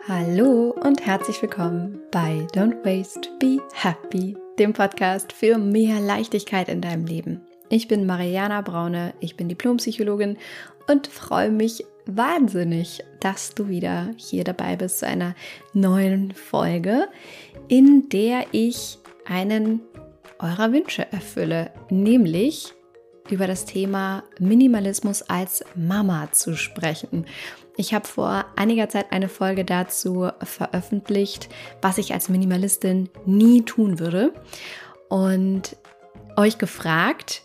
Hallo und herzlich willkommen bei Don't Waste, Be Happy, dem Podcast für mehr Leichtigkeit in deinem Leben. Ich bin Mariana Braune, ich bin Diplompsychologin und freue mich wahnsinnig, dass du wieder hier dabei bist zu einer neuen Folge, in der ich einen eurer Wünsche erfülle, nämlich über das Thema Minimalismus als Mama zu sprechen. Ich habe vor einiger Zeit eine Folge dazu veröffentlicht, was ich als Minimalistin nie tun würde und euch gefragt,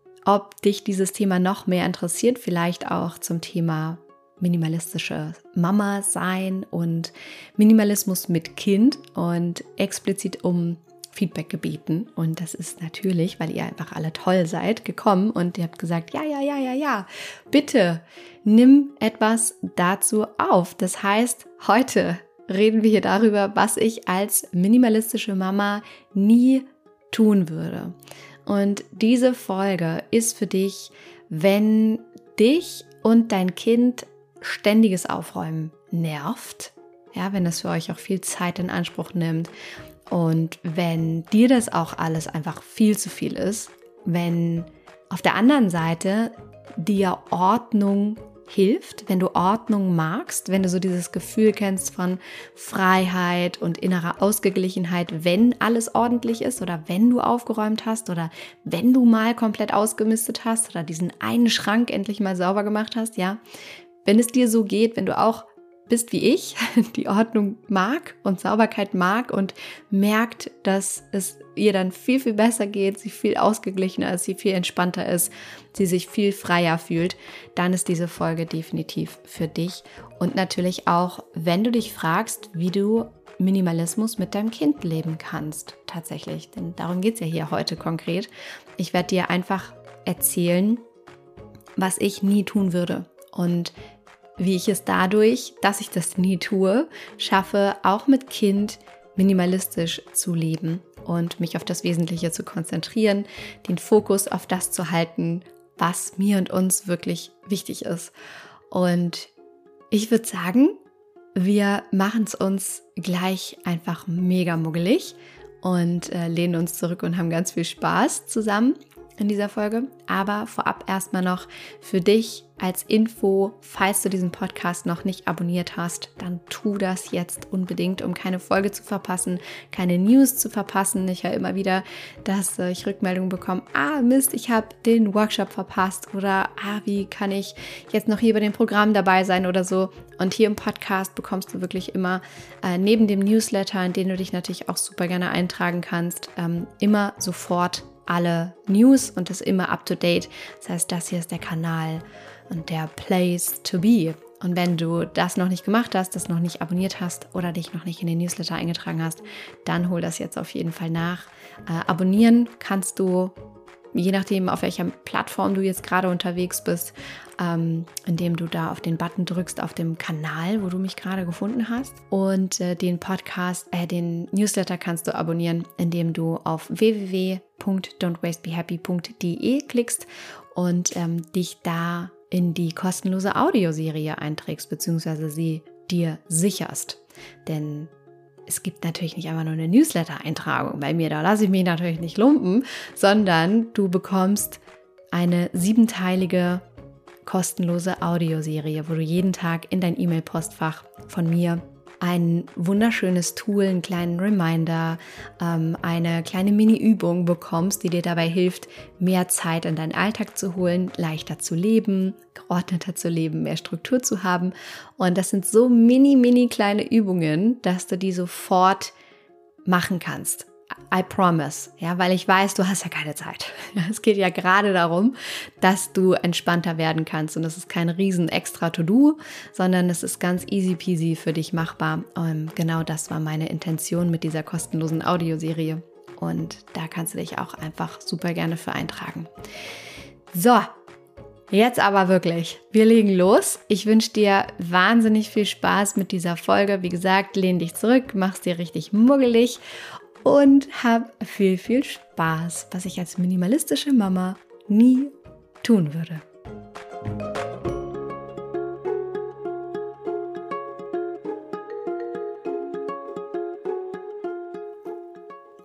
ob dich dieses Thema noch mehr interessiert, vielleicht auch zum Thema minimalistische Mama sein und Minimalismus mit Kind und explizit um Feedback gebeten, und das ist natürlich, weil ihr einfach alle toll seid, gekommen und ihr habt gesagt, ja, bitte nimm etwas dazu auf. Das heißt, heute reden wir hier darüber, was ich als minimalistische Mama nie tun würde. Und diese Folge ist für dich, wenn dich und dein Kind ständiges Aufräumen nervt, ja, wenn das für euch auch viel Zeit in Anspruch nimmt. Und wenn dir das auch alles einfach viel zu viel ist, wenn auf der anderen Seite dir Ordnung hilft, wenn du Ordnung magst, wenn du so dieses Gefühl kennst von Freiheit und innerer Ausgeglichenheit, wenn alles ordentlich ist oder wenn du aufgeräumt hast oder wenn du mal komplett ausgemistet hast oder diesen einen Schrank endlich mal sauber gemacht hast, ja, wenn es dir so geht, wenn du auch bist wie ich, die Ordnung mag und Sauberkeit mag und merkt, dass es ihr dann viel, viel besser geht, sie viel ausgeglichener ist, sie viel entspannter ist, sie sich viel freier fühlt, dann ist diese Folge definitiv für dich. Und natürlich auch, wenn du dich fragst, wie du Minimalismus mit deinem Kind leben kannst, tatsächlich. Denn darum geht es ja hier heute konkret. Ich werde dir einfach erzählen, was ich nie tun würde und wie ich es dadurch, dass ich das nie tue, schaffe, auch mit Kind minimalistisch zu leben und mich auf das Wesentliche zu konzentrieren, den Fokus auf das zu halten, was mir und uns wirklich wichtig ist. Und ich würde sagen, wir machen es uns gleich einfach mega muggelig und lehnen uns zurück und haben ganz viel Spaß zusammen in dieser Folge. Aber vorab erstmal noch für dich als Info, falls du diesen Podcast noch nicht abonniert hast, dann tu das jetzt unbedingt, um keine Folge zu verpassen, keine News zu verpassen. Ich höre immer wieder, dass ich Rückmeldungen bekomme, Mist, ich habe den Workshop verpasst oder wie kann ich jetzt noch hier bei dem Programm dabei sein oder so. Und hier im Podcast bekommst du wirklich immer neben dem Newsletter, in den du dich natürlich auch super gerne eintragen kannst, immer sofort alle News und das immer up to date. Das heißt, das hier ist der Kanal und der Place to be. Und wenn du das noch nicht gemacht hast, das noch nicht abonniert hast oder dich noch nicht in den Newsletter eingetragen hast, dann hol das jetzt auf jeden Fall nach. Abonnieren kannst du, je nachdem, auf welcher Plattform du jetzt gerade unterwegs bist, indem du da auf den Button drückst auf dem Kanal, wo du mich gerade gefunden hast. Und den Newsletter kannst du abonnieren, indem du auf www.don'twastebehappy.de klickst und dich da in die kostenlose Audioserie einträgst, beziehungsweise sie dir sicherst. Denn es gibt natürlich nicht einfach nur eine Newsletter-Eintragung bei mir, da lasse ich mich natürlich nicht lumpen, sondern du bekommst eine 7-teilige kostenlose Audioserie, wo du jeden Tag in dein E-Mail-Postfach von mir ein wunderschönes Tool, einen kleinen Reminder, eine kleine Mini-Übung bekommst, die dir dabei hilft, mehr Zeit in deinen Alltag zu holen, leichter zu leben, geordneter zu leben, mehr Struktur zu haben. Und das sind so mini kleine Übungen, dass du die sofort machen kannst. I promise, ja, weil ich weiß, du hast ja keine Zeit. Es geht ja gerade darum, dass du entspannter werden kannst und das ist kein riesen extra To-Do, sondern es ist ganz easy peasy für dich machbar. Genau das war meine Intention mit dieser kostenlosen Audioserie und da kannst du dich auch einfach super gerne für eintragen. So, jetzt aber wirklich, wir legen los. Ich wünsche dir wahnsinnig viel Spaß mit dieser Folge. Wie gesagt, lehn dich zurück, mach's dir richtig muggelig und hab viel Spaß, was ich als minimalistische Mama nie tun würde.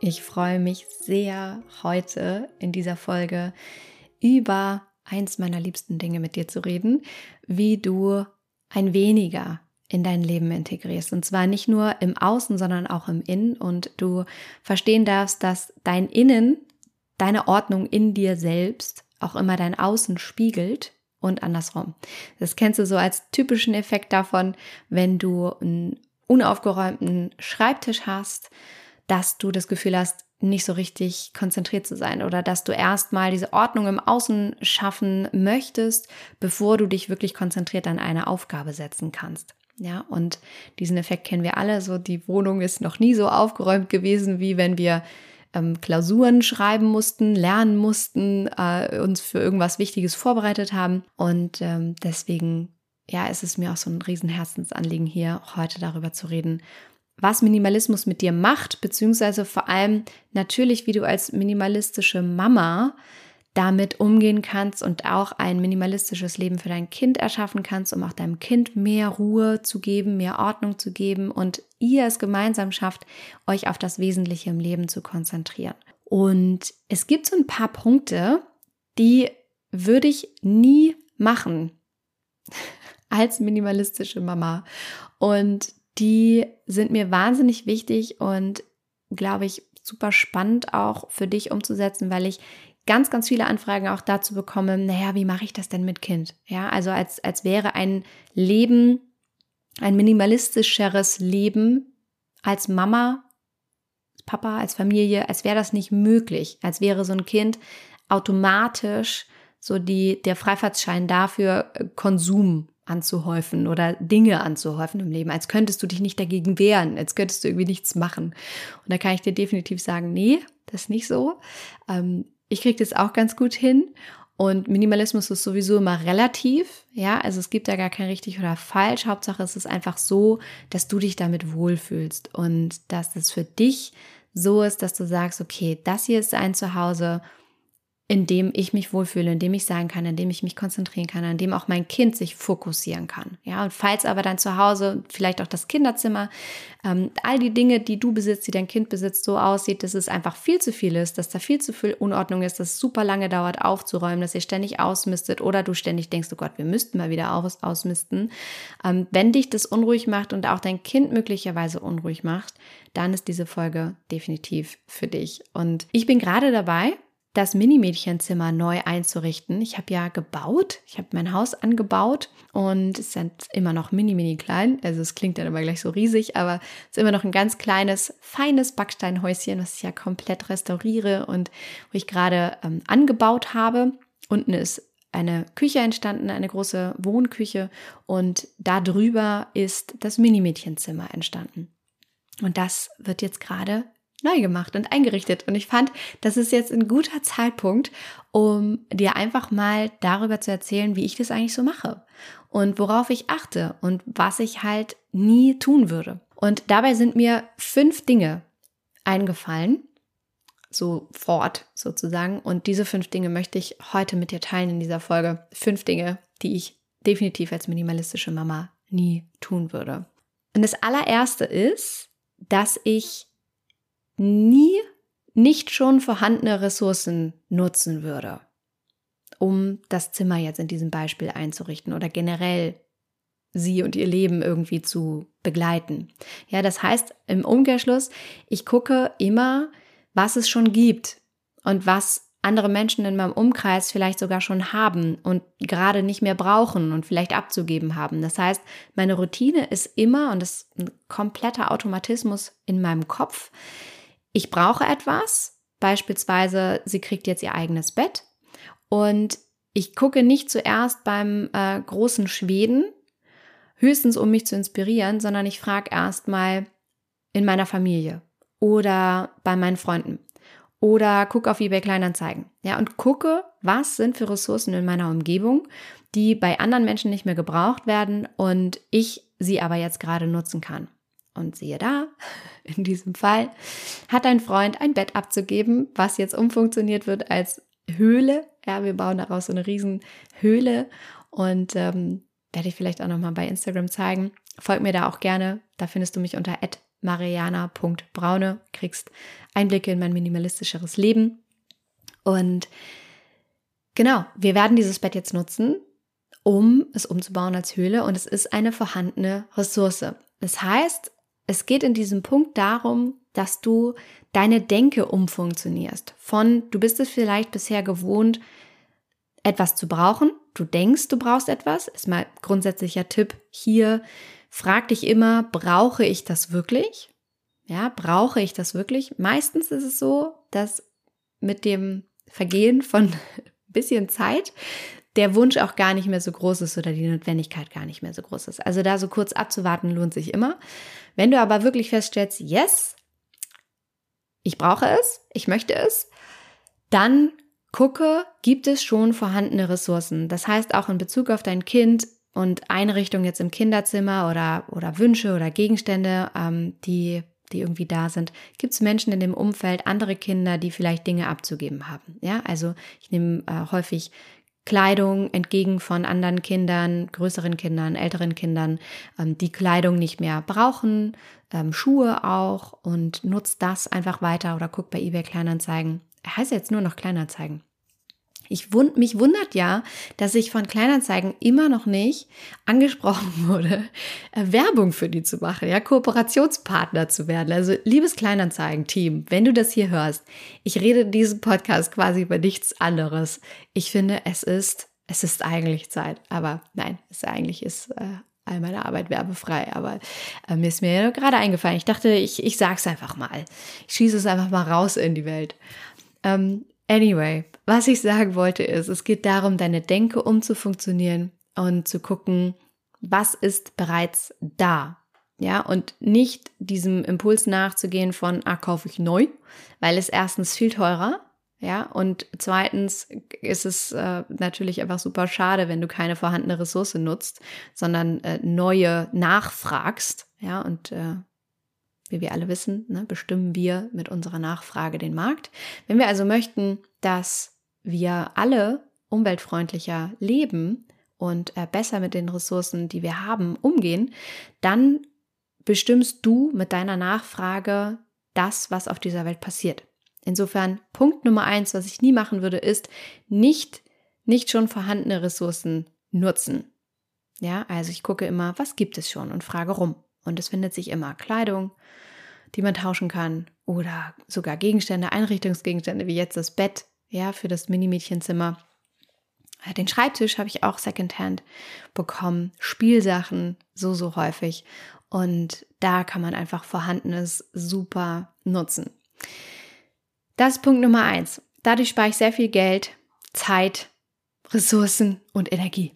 Ich freue mich sehr, heute in dieser Folge über eins meiner liebsten Dinge mit dir zu reden, wie du ein Weniger in dein Leben integrierst. Und zwar nicht nur im Außen, sondern auch im Innen. Und du verstehen darfst, dass dein Innen, deine Ordnung in dir selbst auch immer dein Außen spiegelt und andersrum. Das kennst du so als typischen Effekt davon, wenn du einen unaufgeräumten Schreibtisch hast, dass du das Gefühl hast, nicht so richtig konzentriert zu sein oder dass du erstmal diese Ordnung im Außen schaffen möchtest, bevor du dich wirklich konzentriert an eine Aufgabe setzen kannst. Ja, und diesen Effekt kennen wir alle. So, die Wohnung ist noch nie so aufgeräumt gewesen, wie wenn wir Klausuren schreiben mussten, lernen mussten, uns für irgendwas Wichtiges vorbereitet haben. Und deswegen, ja, ist es mir auch so ein riesen Herzensanliegen, hier heute darüber zu reden, was Minimalismus mit dir macht, beziehungsweise vor allem natürlich, wie du als minimalistische Mama damit umgehen kannst und auch ein minimalistisches Leben für dein Kind erschaffen kannst, um auch deinem Kind mehr Ruhe zu geben, mehr Ordnung zu geben und ihr es gemeinsam schafft, euch auf das Wesentliche im Leben zu konzentrieren. Und es gibt so ein paar Punkte, die würde ich nie machen als minimalistische Mama. Und die sind mir wahnsinnig wichtig und, glaube ich, super spannend auch für dich umzusetzen, weil ich ganz, ganz viele Anfragen auch dazu bekomme, naja, wie mache ich das denn mit Kind? Ja, also als wäre ein Leben, ein minimalistischeres Leben als Mama, als Papa, als Familie, als wäre das nicht möglich, als wäre so ein Kind automatisch so der Freifahrtschein dafür, Konsum anzuhäufen oder Dinge anzuhäufen im Leben, als könntest du dich nicht dagegen wehren, als könntest du irgendwie nichts machen. Und da kann ich dir definitiv sagen, nee, das ist nicht so. Ich kriege das auch ganz gut hin und Minimalismus ist sowieso immer relativ, ja, also es gibt da gar kein richtig oder falsch. Hauptsache es ist einfach so, dass du dich damit wohlfühlst und dass es für dich so ist, dass du sagst, okay, das hier ist ein Zuhause, in dem ich mich wohlfühle, in dem ich sein kann, in dem ich mich konzentrieren kann, in dem auch mein Kind sich fokussieren kann. Ja, und falls aber dein Zuhause, vielleicht auch das Kinderzimmer, all die Dinge, die du besitzt, die dein Kind besitzt, so aussieht, dass es einfach viel zu viel ist, dass da viel zu viel Unordnung ist, dass es super lange dauert aufzuräumen, dass ihr ständig ausmistet oder du ständig denkst, oh Gott, wir müssten mal wieder ausmisten. Wenn dich das unruhig macht und auch dein Kind möglicherweise unruhig macht, dann ist diese Folge definitiv für dich. Und ich bin gerade dabei, das Mini-Mädchenzimmer neu einzurichten. Ich habe ja gebaut, ich habe mein Haus angebaut und es ist immer noch mini klein, also es klingt dann immer gleich so riesig, aber es ist immer noch ein ganz kleines, feines Backsteinhäuschen, was ich ja komplett restauriere und wo ich gerade angebaut habe. Unten ist eine Küche entstanden, eine große Wohnküche und da drüber ist das Mini-Mädchenzimmer entstanden. Und das wird jetzt gerade neu gemacht und eingerichtet. Und ich fand, das ist jetzt ein guter Zeitpunkt, um dir einfach mal darüber zu erzählen, wie ich das eigentlich so mache und worauf ich achte und was ich halt nie tun würde. Und dabei sind mir 5 Dinge eingefallen, sofort sozusagen. Und diese 5 Dinge möchte ich heute mit dir teilen in dieser Folge. 5 Dinge, die ich definitiv als minimalistische Mama nie tun würde. Und das allererste ist, dass ich nie nicht schon vorhandene Ressourcen nutzen würde, um das Zimmer jetzt in diesem Beispiel einzurichten oder generell sie und ihr Leben irgendwie zu begleiten. Ja, das heißt im Umkehrschluss, ich gucke immer, was es schon gibt und was andere Menschen in meinem Umkreis vielleicht sogar schon haben und gerade nicht mehr brauchen und vielleicht abzugeben haben. Das heißt, meine Routine ist immer, und das ist ein kompletter Automatismus in meinem Kopf, ich brauche etwas, beispielsweise sie kriegt jetzt ihr eigenes Bett und ich gucke nicht zuerst beim großen Schweden, höchstens um mich zu inspirieren, sondern ich frage erstmal in meiner Familie oder bei meinen Freunden oder gucke auf eBay Kleinanzeigen, ja, und gucke, was sind für Ressourcen in meiner Umgebung, die bei anderen Menschen nicht mehr gebraucht werden und ich sie aber jetzt gerade nutzen kann. Und siehe da, in diesem Fall hat ein Freund ein Bett abzugeben, was jetzt umfunktioniert wird als Höhle. Ja, wir bauen daraus so eine riesen Höhle und werde ich vielleicht auch nochmal bei Instagram zeigen. Folg mir da auch gerne, da findest du mich unter mariana.braune, kriegst Einblicke in mein minimalistischeres Leben. Und genau, wir werden dieses Bett jetzt nutzen, um es umzubauen als Höhle, und es ist eine vorhandene Ressource. Das heißt, es geht in diesem Punkt darum, dass du deine Denke umfunktionierst. Du bist es vielleicht bisher gewohnt, etwas zu brauchen. Du denkst, du brauchst etwas. Ist mal grundsätzlicher Tipp hier. Frag dich immer, brauche ich das wirklich? Ja, brauche ich das wirklich? Meistens ist es so, dass mit dem Vergehen von ein bisschen Zeit der Wunsch auch gar nicht mehr so groß ist oder die Notwendigkeit gar nicht mehr so groß ist. Also da so kurz abzuwarten lohnt sich immer. Wenn du aber wirklich feststellst, yes, ich brauche es, ich möchte es, dann gucke, gibt es schon vorhandene Ressourcen. Das heißt auch in Bezug auf dein Kind und Einrichtungen jetzt im Kinderzimmer oder Wünsche oder Gegenstände, die irgendwie da sind, gibt es Menschen in dem Umfeld, andere Kinder, die vielleicht Dinge abzugeben haben. Ja, also ich nehme häufig Kleidung entgegen von anderen Kindern, größeren Kindern, älteren Kindern, die Kleidung nicht mehr brauchen, Schuhe auch, und nutzt das einfach weiter oder guckt bei eBay Kleinanzeigen. Heißt jetzt nur noch Kleinanzeigen. Mich wundert ja, dass ich von Kleinanzeigen immer noch nicht angesprochen wurde, Werbung für die zu machen, ja, Kooperationspartner zu werden. Also liebes Kleinanzeigen-Team, wenn du das hier hörst, ich rede in diesem Podcast quasi über nichts anderes. Ich finde, es ist eigentlich Zeit, aber nein, eigentlich ist all meine Arbeit werbefrei, aber mir ist mir gerade eingefallen. Ich dachte, ich sag's einfach mal. Ich schieße es einfach mal raus in die Welt. Anyway, was ich sagen wollte ist, es geht darum, deine Denke umzufunktionieren und zu gucken, was ist bereits da, ja, und nicht diesem Impuls nachzugehen von, kaufe ich neu, weil es erstens viel teurer, ja, und zweitens ist es natürlich einfach super schade, wenn du keine vorhandene Ressource nutzt, sondern neue nachfragst, ja, und wie wir alle wissen, bestimmen wir mit unserer Nachfrage den Markt. Wenn wir also möchten, dass wir alle umweltfreundlicher leben und besser mit den Ressourcen, die wir haben, umgehen, dann bestimmst du mit deiner Nachfrage das, was auf dieser Welt passiert. Insofern, Punkt Nummer 1, was ich nie machen würde, ist nicht schon vorhandene Ressourcen nutzen. Ja, also ich gucke immer, was gibt es schon, und frage rum. Und es findet sich immer Kleidung, die man tauschen kann, oder sogar Gegenstände, Einrichtungsgegenstände, wie jetzt das Bett, ja, für das Mini-Mädchenzimmer. Den Schreibtisch habe ich auch Secondhand bekommen, Spielsachen so häufig. Und da kann man einfach Vorhandenes super nutzen. Das ist Punkt Nummer 1. Dadurch spare ich sehr viel Geld, Zeit, Ressourcen und Energie.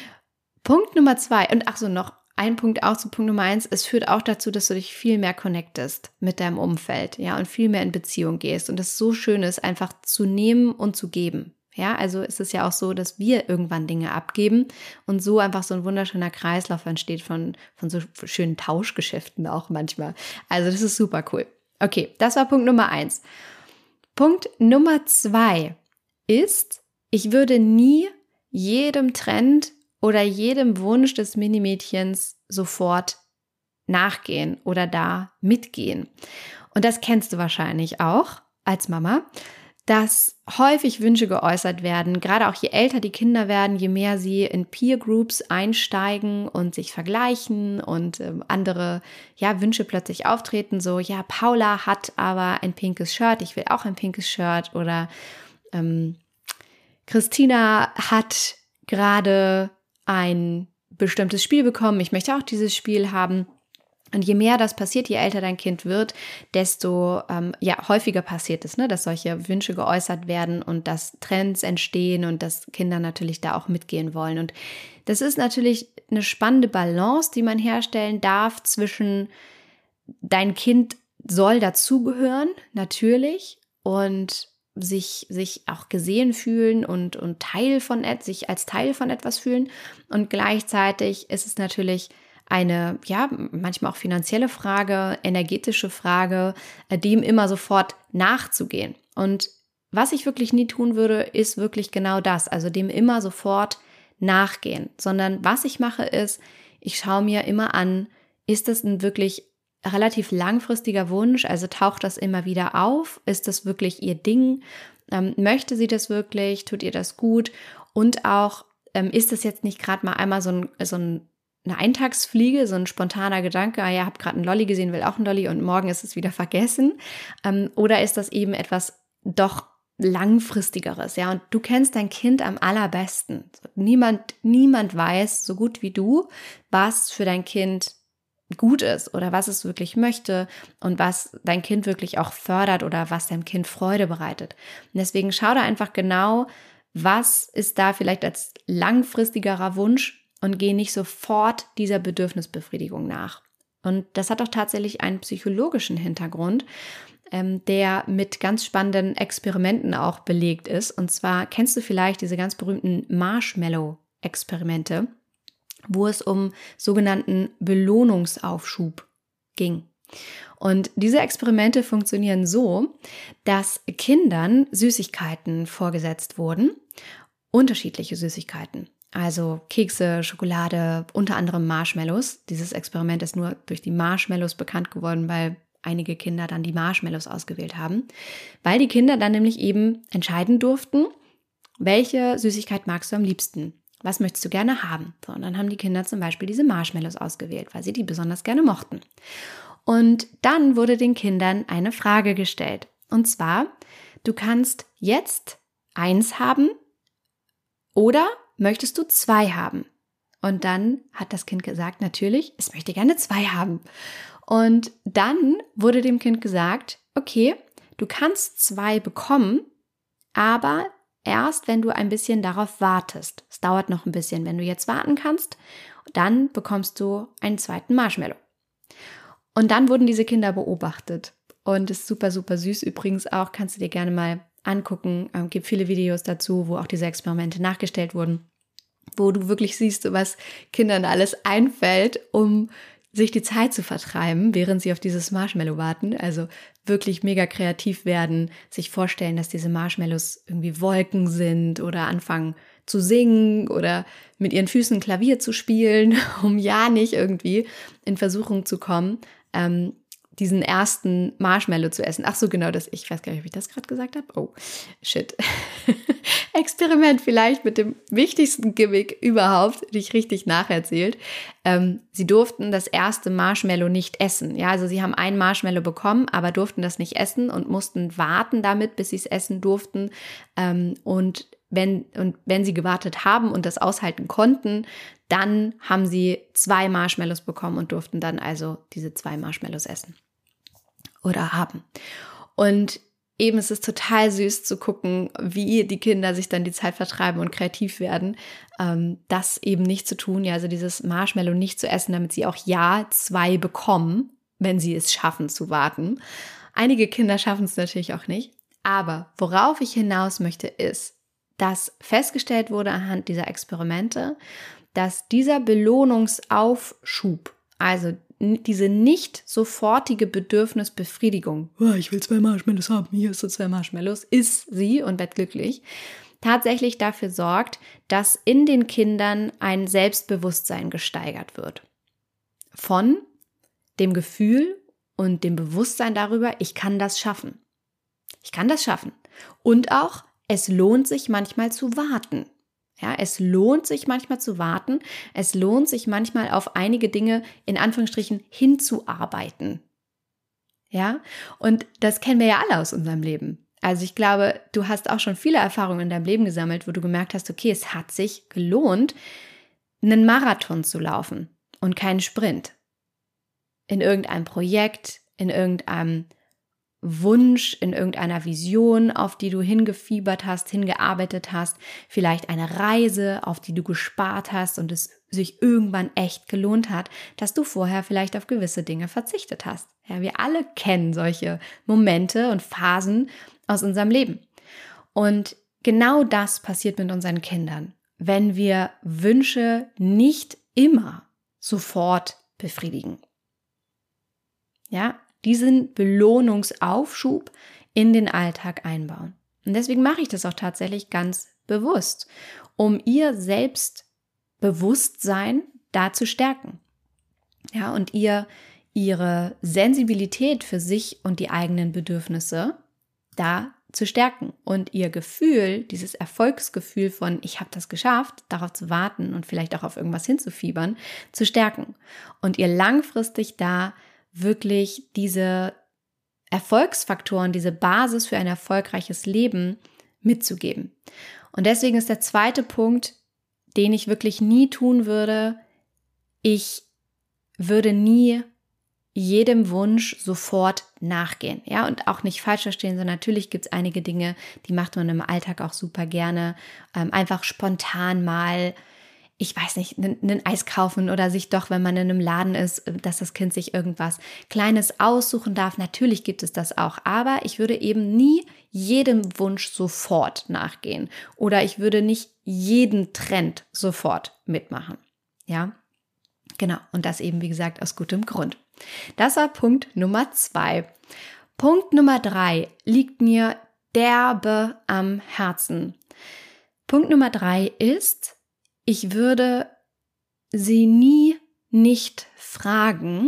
Punkt Nummer 2, und noch ein Punkt auch zu Punkt Nummer 1, es führt auch dazu, dass du dich viel mehr connectest mit deinem Umfeld, ja, und viel mehr in Beziehung gehst, und es so schön ist, einfach zu nehmen und zu geben. Ja, also ist es ja auch so, dass wir irgendwann Dinge abgeben und so einfach so ein wunderschöner Kreislauf entsteht von so schönen Tauschgeschäften auch manchmal. Also das ist super cool. Okay, das war Punkt Nummer 1. Punkt Nummer 2 ist, ich würde nie jedem Trend oder jedem Wunsch des Minimädchens sofort nachgehen oder da mitgehen. Und das kennst du wahrscheinlich auch als Mama, dass häufig Wünsche geäußert werden, gerade auch je älter die Kinder werden, je mehr sie in Peer Groups einsteigen und sich vergleichen und andere Wünsche plötzlich auftreten, so, ja, Paula hat aber ein pinkes Shirt, ich will auch ein pinkes Shirt, oder Christina hat gerade ein bestimmtes Spiel bekommen, ich möchte auch dieses Spiel haben. Und je mehr das passiert, je älter dein Kind wird, desto häufiger passiert es, dass solche Wünsche geäußert werden und dass Trends entstehen und dass Kinder natürlich da auch mitgehen wollen. Und das ist natürlich eine spannende Balance, die man herstellen darf zwischen dein Kind soll dazugehören, natürlich, und sich auch gesehen fühlen und sich als Teil von etwas fühlen. Und gleichzeitig ist es natürlich eine, manchmal auch finanzielle Frage, energetische Frage, dem immer sofort nachzugehen. Und was ich wirklich nie tun würde, ist wirklich genau das, also dem immer sofort nachgehen, sondern was ich mache ist, ich schaue mir immer an, ist das ein wirklich relativ langfristiger Wunsch? Also taucht das immer wieder auf? Ist das wirklich ihr Ding? Möchte sie das wirklich? Tut ihr das gut? Und auch, ist das jetzt nicht gerade mal einmal so eine Eintagsfliege, so ein spontaner Gedanke, ja, habe gerade einen Lolli gesehen, will auch einen Lolli und morgen ist es wieder vergessen? Oder ist das eben etwas doch langfristigeres, ja? Und du kennst dein Kind am allerbesten. Niemand weiß so gut wie du, was für dein Kind gut ist oder was es wirklich möchte und was dein Kind wirklich auch fördert oder was deinem Kind Freude bereitet. Und deswegen schau da einfach genau, was ist da vielleicht als langfristigerer Wunsch und geh nicht sofort dieser Bedürfnisbefriedigung nach. Und das hat auch tatsächlich einen psychologischen Hintergrund, der mit ganz spannenden Experimenten auch belegt ist. Und zwar kennst du vielleicht diese ganz berühmten Marshmallow-Experimente, wo es um sogenannten Belohnungsaufschub ging. Und diese Experimente funktionieren so, dass Kindern Süßigkeiten vorgesetzt wurden, unterschiedliche Süßigkeiten. Also Kekse, Schokolade, unter anderem Marshmallows. Dieses Experiment ist nur durch die Marshmallows bekannt geworden, weil einige Kinder dann die Marshmallows ausgewählt haben. Weil die Kinder dann nämlich eben entscheiden durften, welche Süßigkeit magst du am liebsten? Was möchtest du gerne haben? So, und dann haben die Kinder zum Beispiel diese Marshmallows ausgewählt, weil sie die besonders gerne mochten. Und dann wurde den Kindern eine Frage gestellt. Und zwar, du kannst jetzt 1 haben oder möchtest du 2 haben? Und dann hat das Kind gesagt, natürlich, es möchte gerne 2 haben. Und dann wurde dem Kind gesagt, okay, du kannst 2 bekommen, aber erst, wenn du ein bisschen darauf wartest. Es dauert noch ein bisschen. Wenn du jetzt warten kannst, dann bekommst du einen 2. Marshmallow. Und dann wurden diese Kinder beobachtet. Und es ist super, super süß übrigens auch. Kannst du dir gerne mal angucken. Gibt viele Videos dazu, wo auch diese Experimente nachgestellt wurden, wo du wirklich siehst, was Kindern alles einfällt, um sich die Zeit zu vertreiben, während sie auf dieses Marshmallow warten. Also wirklich mega kreativ werden, sich vorstellen, dass diese Marshmallows irgendwie Wolken sind oder anfangen zu singen oder mit ihren Füßen Klavier zu spielen, um ja nicht irgendwie in Versuchung zu kommen, diesen ersten Marshmallow zu essen. Ach so, genau das. Ich weiß gar nicht, ob ich das gerade gesagt habe. Oh, shit. Experiment vielleicht mit dem wichtigsten Gimmick überhaupt, nicht richtig nacherzählt. Sie durften das erste Marshmallow nicht essen. Ja, also sie haben ein Marshmallow bekommen, aber durften das nicht essen und mussten warten damit, bis sie es essen durften. Und wenn sie gewartet haben und das aushalten konnten, dann haben sie 2 Marshmallows bekommen und durften dann also diese 2 Marshmallows essen oder haben. Und eben ist es total süß zu gucken, wie die Kinder sich dann die Zeit vertreiben und kreativ werden, das eben nicht zu tun, ja, also dieses Marshmallow nicht zu essen, damit sie auch 2 bekommen, wenn sie es schaffen zu warten. Einige Kinder schaffen es natürlich auch nicht, aber worauf ich hinaus möchte ist, dass festgestellt wurde anhand dieser Experimente, dass dieser Belohnungsaufschub, also diese nicht sofortige Bedürfnisbefriedigung, ich will 2 Marshmallows haben, hier ist so 2 Marshmallows, isst sie und werd glücklich, tatsächlich dafür sorgt, dass in den Kindern ein Selbstbewusstsein gesteigert wird. Von dem Gefühl und dem Bewusstsein darüber, ich kann das schaffen. Ich kann das schaffen. Und auch, es lohnt sich manchmal zu warten. Ja, es lohnt sich manchmal zu warten. Es lohnt sich manchmal auf einige Dinge in Anführungsstrichen hinzuarbeiten. Ja, und das kennen wir ja alle aus unserem Leben. Also ich glaube, du hast auch schon viele Erfahrungen in deinem Leben gesammelt, wo du gemerkt hast, okay, es hat sich gelohnt, einen Marathon zu laufen und keinen Sprint. In irgendeinem Projekt, in irgendeinem Wunsch, in irgendeiner Vision, auf die du hingefiebert hast, hingearbeitet hast, vielleicht eine Reise, auf die du gespart hast und es sich irgendwann echt gelohnt hat, dass du vorher vielleicht auf gewisse Dinge verzichtet hast. Ja, wir alle kennen solche Momente und Phasen aus unserem Leben. Und genau das passiert mit unseren Kindern, wenn wir Wünsche nicht immer sofort befriedigen. Ja, diesen Belohnungsaufschub in den Alltag einbauen. Und deswegen mache ich das auch tatsächlich ganz bewusst, um ihr Selbstbewusstsein da zu stärken. Ja, und ihr ihre Sensibilität für sich und die eigenen Bedürfnisse da zu stärken und ihr Gefühl, dieses Erfolgsgefühl von ich habe das geschafft, darauf zu warten und vielleicht auch auf irgendwas hinzufiebern, zu stärken und ihr langfristig da wirklich diese Erfolgsfaktoren, diese Basis für ein erfolgreiches Leben mitzugeben. Und deswegen ist der zweite Punkt, den ich wirklich nie tun würde, ich würde nie jedem Wunsch sofort nachgehen, ja, und auch nicht falsch verstehen, sondern natürlich gibt es einige Dinge, die macht man im Alltag auch super gerne, einfach spontan mal, ich weiß nicht, ein Eis kaufen oder sich doch, wenn man in einem Laden ist, dass das Kind sich irgendwas Kleines aussuchen darf. Natürlich gibt es das auch, aber ich würde eben nie jedem Wunsch sofort nachgehen oder ich würde nicht jeden Trend sofort mitmachen, ja. Genau, und das eben, wie gesagt, aus gutem Grund. Das war Punkt Nummer 2. Punkt Nummer 3 liegt mir derbe am Herzen. Punkt Nummer 3 ist, ich würde sie nie nicht fragen,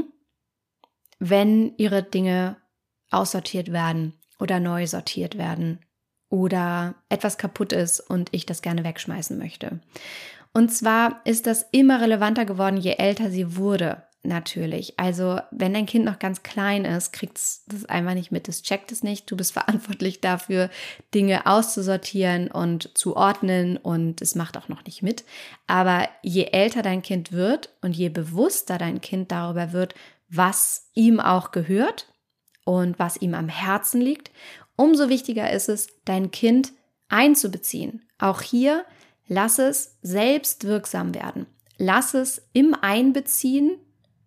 wenn ihre Dinge aussortiert werden oder neu sortiert werden oder etwas kaputt ist und ich das gerne wegschmeißen möchte. Und zwar ist das immer relevanter geworden, je älter sie wurde, natürlich. Also wenn dein Kind noch ganz klein ist, kriegt es das einfach nicht mit, es checkt es nicht. Du bist verantwortlich dafür, Dinge auszusortieren und zu ordnen und es macht auch noch nicht mit. Aber je älter dein Kind wird und je bewusster dein Kind darüber wird, was ihm auch gehört und was ihm am Herzen liegt, umso wichtiger ist es, dein Kind einzubeziehen. Auch hier lass es selbst wirksam werden. Lass es im Einbeziehen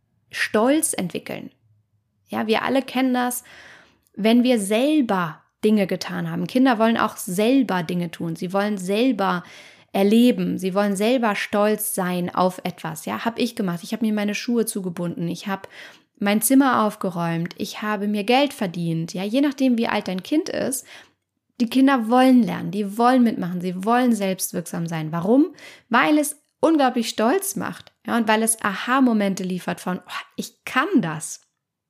Stolz entwickeln. Ja, wir alle kennen das, wenn wir selber Dinge getan haben. Kinder wollen auch selber Dinge tun. Sie wollen selber erleben. Sie wollen selber stolz sein auf etwas. Ja, habe ich gemacht. Ich habe mir meine Schuhe zugebunden. Ich habe mein Zimmer aufgeräumt. Ich habe mir Geld verdient. Ja, je nachdem, wie alt dein Kind ist. Die Kinder wollen lernen, die wollen mitmachen, sie wollen selbstwirksam sein. Warum? Weil es unglaublich stolz macht, ja, und weil es Aha-Momente liefert von, oh, ich kann das.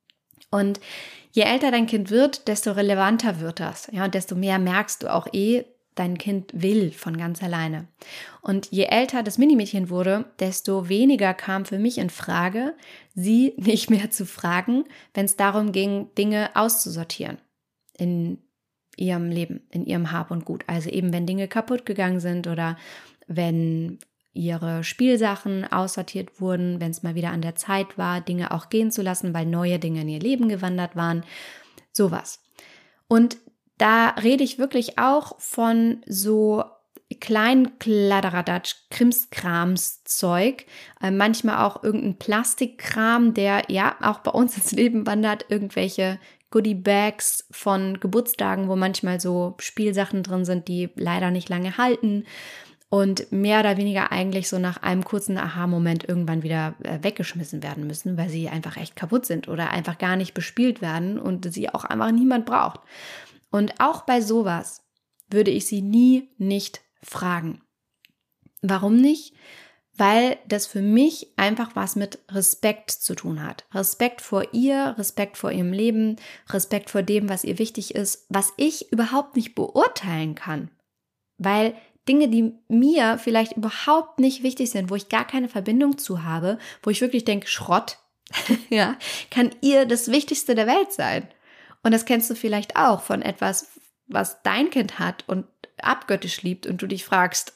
Und je älter dein Kind wird, desto relevanter wird das, ja, und desto mehr merkst du auch dein Kind will von ganz alleine. Und je älter das Minimädchen wurde, desto weniger kam für mich in Frage, sie nicht mehr zu fragen, wenn es darum ging, Dinge auszusortieren in ihrem Leben, in ihrem Hab und Gut. Also eben, wenn Dinge kaputt gegangen sind oder wenn ihre Spielsachen aussortiert wurden, wenn es mal wieder an der Zeit war, Dinge auch gehen zu lassen, weil neue Dinge in ihr Leben gewandert waren. Sowas. Und da rede ich wirklich auch von so kleinen Kladderadatsch, Krimskrams-Zeug, manchmal auch irgendein Plastikkram, der ja auch bei uns ins Leben wandert, irgendwelche Goodie-Bags von Geburtstagen, wo manchmal so Spielsachen drin sind, die leider nicht lange halten und mehr oder weniger eigentlich so nach einem kurzen Aha-Moment irgendwann wieder weggeschmissen werden müssen, weil sie einfach echt kaputt sind oder einfach gar nicht bespielt werden und sie auch einfach niemand braucht. Und auch bei sowas würde ich sie nie nicht fragen. Warum nicht? Weil das für mich einfach was mit Respekt zu tun hat. Respekt vor ihr, Respekt vor ihrem Leben, Respekt vor dem, was ihr wichtig ist, was ich überhaupt nicht beurteilen kann. Weil Dinge, die mir vielleicht überhaupt nicht wichtig sind, wo ich gar keine Verbindung zu habe, wo ich wirklich denke, Schrott, ja, kann ihr das Wichtigste der Welt sein. Und das kennst du vielleicht auch von etwas, was dein Kind hat und abgöttisch liebt und du dich fragst,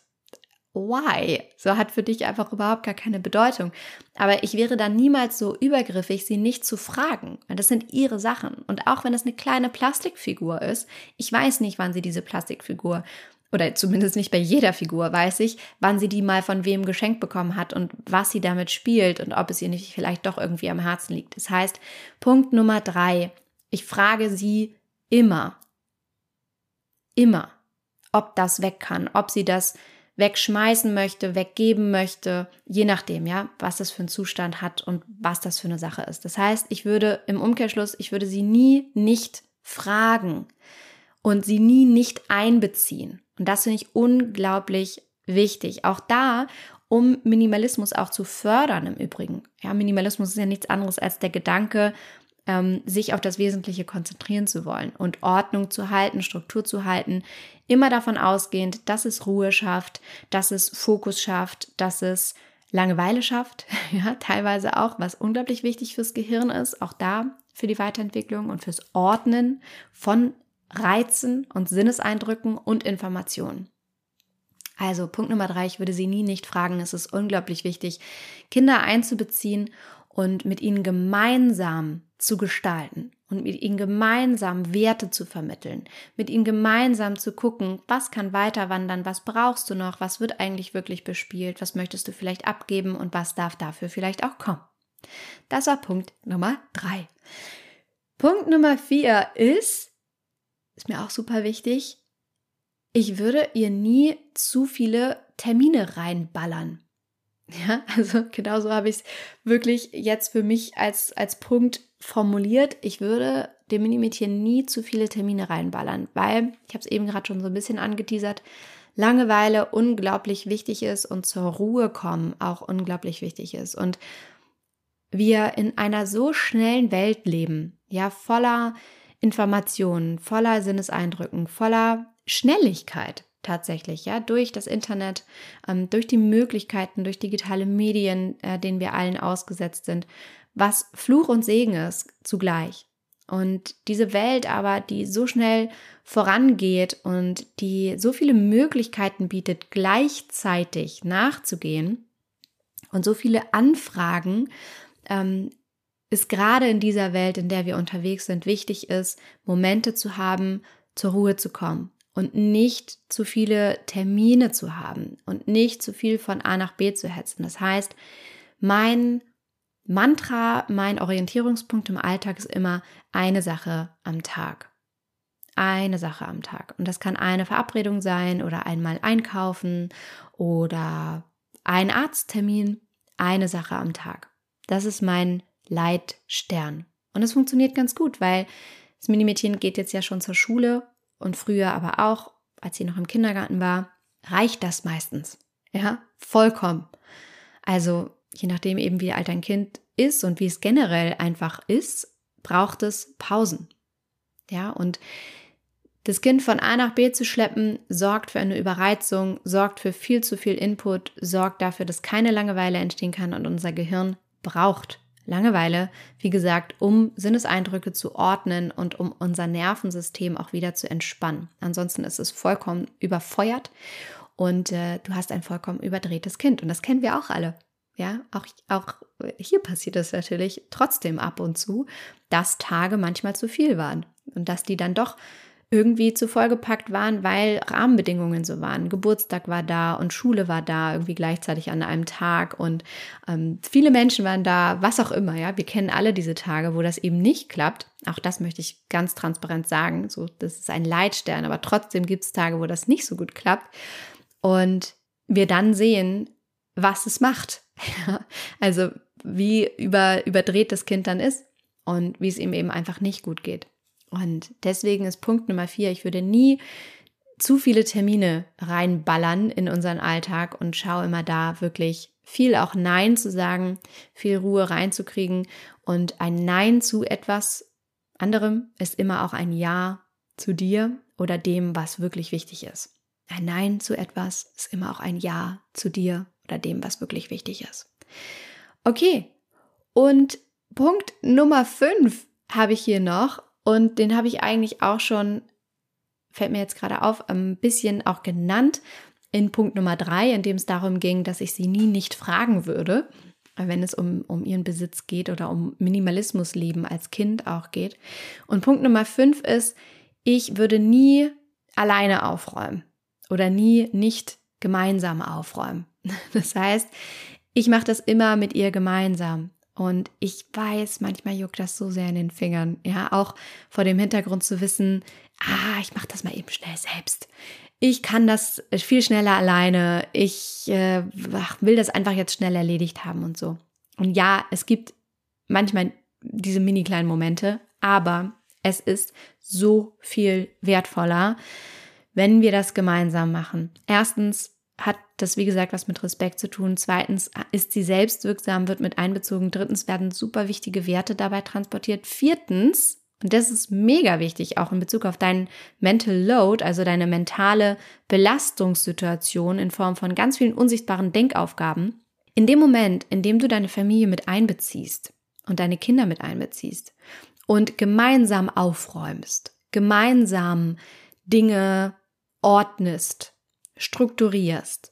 why? So hat für dich einfach überhaupt gar keine Bedeutung. Aber ich wäre dann niemals so übergriffig, sie nicht zu fragen. Das sind ihre Sachen. Und auch wenn es eine kleine Plastikfigur ist, ich weiß nicht, wann sie diese Plastikfigur, oder zumindest nicht bei jeder Figur weiß ich, wann sie die mal von wem geschenkt bekommen hat und was sie damit spielt und ob es ihr nicht vielleicht doch irgendwie am Herzen liegt. Das heißt, Punkt Nummer 3, ich frage sie immer, ob das weg kann, ob sie das wegschmeißen möchte, weggeben möchte, je nachdem, ja, was das für einen Zustand hat und was das für eine Sache ist. Das heißt, ich würde im Umkehrschluss, ich würde sie nie nicht fragen und sie nie nicht einbeziehen. Und das finde ich unglaublich wichtig. Auch da, um Minimalismus auch zu fördern im Übrigen. Ja, Minimalismus ist ja nichts anderes als der Gedanke, sich auf das Wesentliche konzentrieren zu wollen und Ordnung zu halten, Struktur zu halten, immer davon ausgehend, dass es Ruhe schafft, dass es Fokus schafft, dass es Langeweile schafft, ja, teilweise auch, was unglaublich wichtig fürs Gehirn ist, auch da für die Weiterentwicklung und fürs Ordnen von Reizen und Sinneseindrücken und Informationen. Also Punkt Nummer 3, ich würde Sie nie nicht fragen, es ist unglaublich wichtig, Kinder einzubeziehen und mit ihnen gemeinsam zu gestalten und mit ihnen gemeinsam Werte zu vermitteln, mit ihnen gemeinsam zu gucken, was kann weiter wandern, was brauchst du noch, was wird eigentlich wirklich bespielt, was möchtest du vielleicht abgeben und was darf dafür vielleicht auch kommen. Das war Punkt Nummer 3. Punkt Nummer 4 ist mir auch super wichtig, ich würde ihr nie zu viele Termine reinballern. Ja, also genauso habe ich es wirklich jetzt für mich als Punkt formuliert. Ich würde dem Minimädchen nie zu viele Termine reinballern, weil, ich habe es eben gerade schon so ein bisschen angeteasert, Langeweile unglaublich wichtig ist und zur Ruhe kommen auch unglaublich wichtig ist. Und wir in einer so schnellen Welt leben, ja, voller Informationen, voller Sinneseindrücken, voller Schnelligkeit. Tatsächlich, ja, durch das Internet, durch die Möglichkeiten, durch digitale Medien, denen wir allen ausgesetzt sind, was Fluch und Segen ist zugleich. Und diese Welt aber, die so schnell vorangeht und die so viele Möglichkeiten bietet, gleichzeitig nachzugehen und so viele Anfragen, ist gerade in dieser Welt, in der wir unterwegs sind, wichtig ist, Momente zu haben, zur Ruhe zu kommen. Und nicht zu viele Termine zu haben und nicht zu viel von A nach B zu hetzen. Das heißt, mein Mantra, mein Orientierungspunkt im Alltag ist immer eine Sache am Tag. Eine Sache am Tag. Und das kann eine Verabredung sein oder einmal einkaufen oder ein Arzttermin. Eine Sache am Tag. Das ist mein Leitstern. Und es funktioniert ganz gut, weil das Minimädchen geht jetzt ja schon zur Schule. Und früher aber auch, als sie noch im Kindergarten war, reicht das meistens. Ja, vollkommen. Also je nachdem eben, wie alt ein Kind ist und wie es generell einfach ist, braucht es Pausen. Ja, und das Kind von A nach B zu schleppen, sorgt für eine Überreizung, sorgt für viel zu viel Input, sorgt dafür, dass keine Langeweile entstehen kann und unser Gehirn braucht Langeweile, wie gesagt, um Sinneseindrücke zu ordnen und um unser Nervensystem auch wieder zu entspannen. Ansonsten ist es vollkommen überfeuert und du hast ein vollkommen überdrehtes Kind. Und das kennen wir auch alle. Ja, auch hier passiert es natürlich trotzdem ab und zu, dass Tage manchmal zu viel waren und dass die dann doch irgendwie zu vollgepackt waren, weil Rahmenbedingungen so waren. Geburtstag war da und Schule war da irgendwie gleichzeitig an einem Tag und viele Menschen waren da, was auch immer. Ja, wir kennen alle diese Tage, wo das eben nicht klappt. Auch das möchte ich ganz transparent sagen. So, das ist ein Leitstern, aber trotzdem gibt es Tage, wo das nicht so gut klappt und wir dann sehen, was es macht. Also wie überdreht das Kind dann ist und wie es ihm eben einfach nicht gut geht. Und deswegen ist Punkt Nummer 4, ich würde nie zu viele Termine reinballern in unseren Alltag und schaue immer da wirklich viel auch Nein zu sagen, viel Ruhe reinzukriegen. Und ein Nein zu etwas anderem ist immer auch ein Ja zu dir oder dem, was wirklich wichtig ist. Ein Nein zu etwas ist immer auch ein Ja zu dir oder dem, was wirklich wichtig ist. Okay, und Punkt Nummer 5 habe ich hier noch. Und den habe ich eigentlich auch schon, fällt mir jetzt gerade auf, ein bisschen auch genannt in Punkt Nummer 3, in dem es darum ging, dass ich sie nie nicht fragen würde, wenn es um ihren Besitz geht oder um Minimalismusleben als Kind auch geht. Und Punkt Nummer 5 ist, ich würde nie alleine aufräumen oder nie nicht gemeinsam aufräumen. Das heißt, ich mache das immer mit ihr gemeinsam. Und ich weiß, manchmal juckt das so sehr in den Fingern, ja, auch vor dem Hintergrund zu wissen, ich mache das mal eben schnell selbst. Ich kann das viel schneller alleine, ich will das einfach jetzt schnell erledigt haben und so. Und ja, es gibt manchmal diese mini kleinen Momente, aber es ist so viel wertvoller, wenn wir das gemeinsam machen. Erstens hat das, wie gesagt, was mit Respekt zu tun. 2. ist sie selbstwirksam, wird mit einbezogen. 3. werden super wichtige Werte dabei transportiert. 4. und das ist mega wichtig, auch in Bezug auf deinen Mental Load, also deine mentale Belastungssituation in Form von ganz vielen unsichtbaren Denkaufgaben. In dem Moment, in dem du deine Familie mit einbeziehst und deine Kinder mit einbeziehst und gemeinsam aufräumst, gemeinsam Dinge ordnest, strukturierst,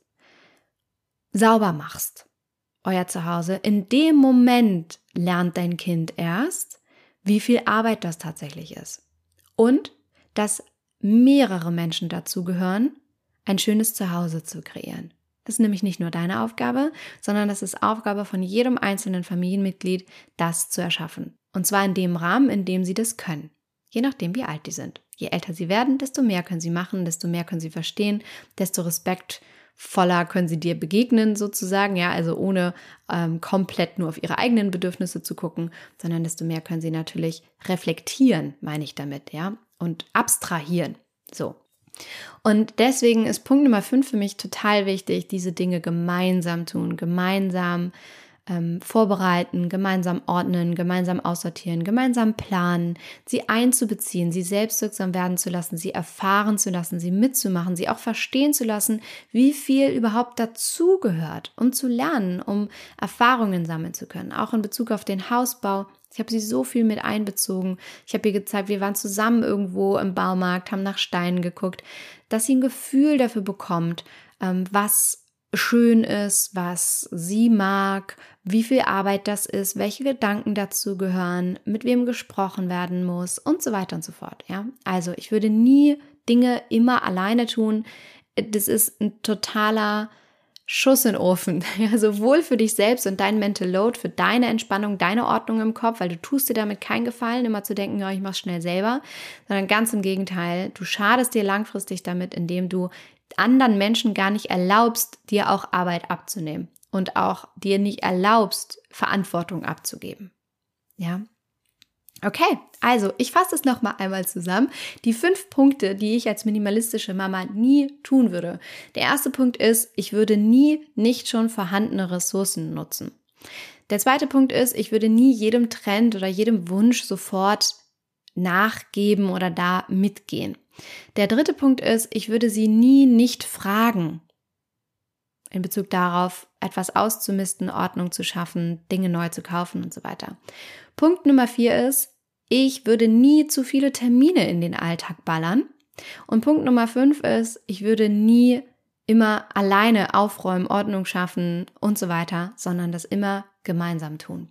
sauber machst, euer Zuhause, in dem Moment lernt dein Kind erst, wie viel Arbeit das tatsächlich ist. Und dass mehrere Menschen dazu gehören, ein schönes Zuhause zu kreieren. Das ist nämlich nicht nur deine Aufgabe, sondern das ist Aufgabe von jedem einzelnen Familienmitglied, das zu erschaffen. Und zwar in dem Rahmen, in dem sie das können. Je nachdem, wie alt die sind. Je älter sie werden, desto mehr können sie machen, desto mehr können sie verstehen, desto respektvoller können sie dir begegnen sozusagen, ja, also ohne komplett nur auf ihre eigenen Bedürfnisse zu gucken, sondern desto mehr können sie natürlich reflektieren, meine ich damit, ja, und abstrahieren, so. Und deswegen ist Punkt Nummer 5 für mich total wichtig, diese Dinge gemeinsam tun, gemeinsam vorbereiten, gemeinsam ordnen, gemeinsam aussortieren, gemeinsam planen, sie einzubeziehen, sie selbstwirksam werden zu lassen, sie erfahren zu lassen, sie mitzumachen, sie auch verstehen zu lassen, wie viel überhaupt dazugehört, um zu lernen, um Erfahrungen sammeln zu können. Auch in Bezug auf den Hausbau. Ich habe sie so viel mit einbezogen. Ich habe ihr gezeigt, wir waren zusammen irgendwo im Baumarkt, haben nach Steinen geguckt, dass sie ein Gefühl dafür bekommt, was schön ist, was sie mag, wie viel Arbeit das ist, welche Gedanken dazu gehören, mit wem gesprochen werden muss und so weiter und so fort. Ja? Also ich würde nie Dinge immer alleine tun. Das ist ein totaler Schuss in den Ofen, ja, sowohl für dich selbst und dein Mental Load, für deine Entspannung, deine Ordnung im Kopf, weil du tust dir damit keinen Gefallen, immer zu denken, ja, ich mach's schnell selber, sondern ganz im Gegenteil, du schadest dir langfristig damit, indem du anderen Menschen gar nicht erlaubst, dir auch Arbeit abzunehmen und auch dir nicht erlaubst, Verantwortung abzugeben. Ja. Okay, also ich fasse es nochmal einmal zusammen. Die 5 Punkte, die ich als minimalistische Mama nie tun würde. Der erste Punkt ist, ich würde nie nicht schon vorhandene Ressourcen nutzen. Der zweite Punkt ist, ich würde nie jedem Trend oder jedem Wunsch sofort nachgeben oder da mitgehen. Der dritte Punkt ist, ich würde sie nie nicht fragen, in Bezug darauf, etwas auszumisten, Ordnung zu schaffen, Dinge neu zu kaufen und so weiter. Punkt Nummer 4 ist, ich würde nie zu viele Termine in den Alltag ballern. Und Punkt Nummer 5 ist, ich würde nie immer alleine aufräumen, Ordnung schaffen und so weiter, sondern das immer gemeinsam tun.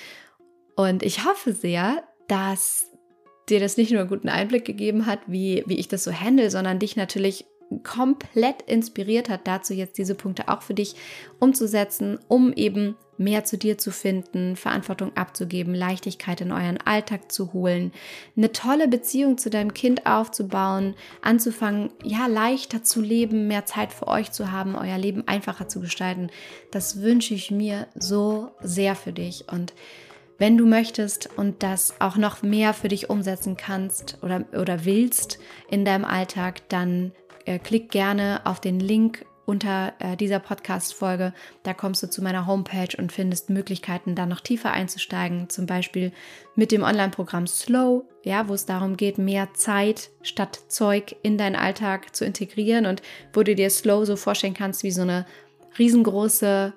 Und ich hoffe sehr, dass dir das nicht nur einen guten Einblick gegeben hat, wie ich das so handle, sondern dich natürlich komplett inspiriert hat, dazu jetzt diese Punkte auch für dich umzusetzen, um eben mehr zu dir zu finden, Verantwortung abzugeben, Leichtigkeit in euren Alltag zu holen, eine tolle Beziehung zu deinem Kind aufzubauen, anzufangen, ja, leichter zu leben, mehr Zeit für euch zu haben, euer Leben einfacher zu gestalten. Das wünsche ich mir so sehr für dich. Und wenn du möchtest und das auch noch mehr für dich umsetzen kannst oder willst in deinem Alltag, dann klick gerne auf den Link unter dieser Podcast-Folge. Da kommst du zu meiner Homepage und findest Möglichkeiten, da noch tiefer einzusteigen. Zum Beispiel mit dem Online-Programm Slow, ja, wo es darum geht, mehr Zeit statt Zeug in deinen Alltag zu integrieren und wo du dir Slow so vorstellen kannst wie so eine riesengroße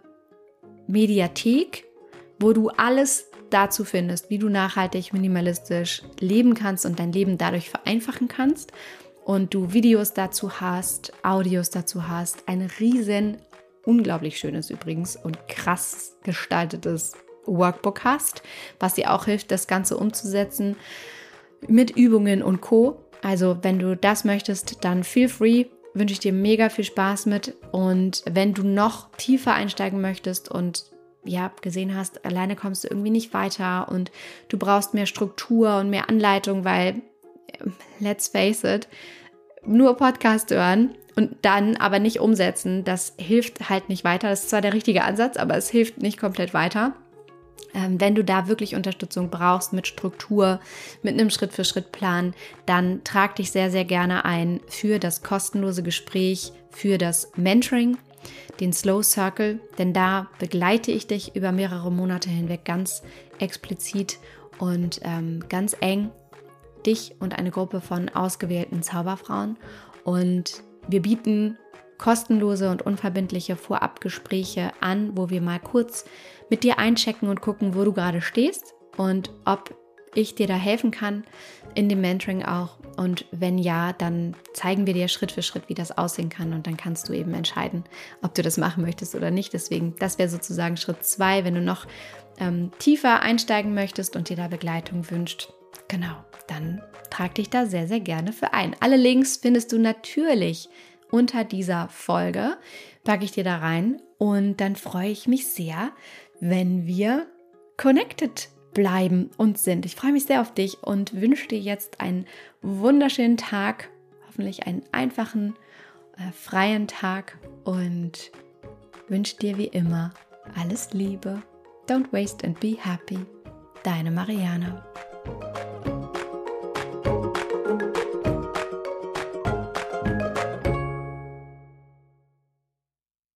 Mediathek, wo du alles dazu findest, wie du nachhaltig, minimalistisch leben kannst und dein Leben dadurch vereinfachen kannst. Und du Videos dazu hast, Audios dazu hast, ein riesen, unglaublich schönes übrigens und krass gestaltetes Workbook hast, was dir auch hilft, das Ganze umzusetzen mit Übungen und Co. Also wenn du das möchtest, dann feel free, wünsche ich dir mega viel Spaß mit. Und wenn du noch tiefer einsteigen möchtest und ja, gesehen hast, alleine kommst du irgendwie nicht weiter und du brauchst mehr Struktur und mehr Anleitung, weil let's face it, nur Podcast hören und dann aber nicht umsetzen, das hilft halt nicht weiter. Das ist zwar der richtige Ansatz, aber es hilft nicht komplett weiter. Wenn du da wirklich Unterstützung brauchst mit Struktur, mit einem Schritt-für-Schritt-Plan, dann trag dich sehr, sehr gerne ein für das kostenlose Gespräch, für das Mentoring. den Slow Circle, denn da begleite ich dich über mehrere Monate hinweg ganz explizit und ganz eng, dich und eine Gruppe von ausgewählten Zauberfrauen. Und wir bieten kostenlose und unverbindliche Vorabgespräche an, wo wir mal kurz mit dir einchecken und gucken, wo du gerade stehst und ob ich dir da helfen kann, in dem Mentoring auch. Und wenn ja, dann zeigen wir dir Schritt für Schritt, wie das aussehen kann. Und dann kannst du eben entscheiden, ob du das machen möchtest oder nicht. Deswegen, das wäre sozusagen Schritt 2, wenn du noch tiefer einsteigen möchtest und dir da Begleitung wünscht. Genau, dann trag dich da sehr, sehr gerne für ein. Alle Links findest du natürlich unter dieser Folge. Packe ich dir da rein. Und dann freue ich mich sehr, wenn wir connected bleiben und sind. Ich freue mich sehr auf dich und wünsche dir jetzt einen wunderschönen Tag, hoffentlich einen einfachen, freien Tag und wünsche dir wie immer alles Liebe. Don't waste and be happy. Deine Mariana.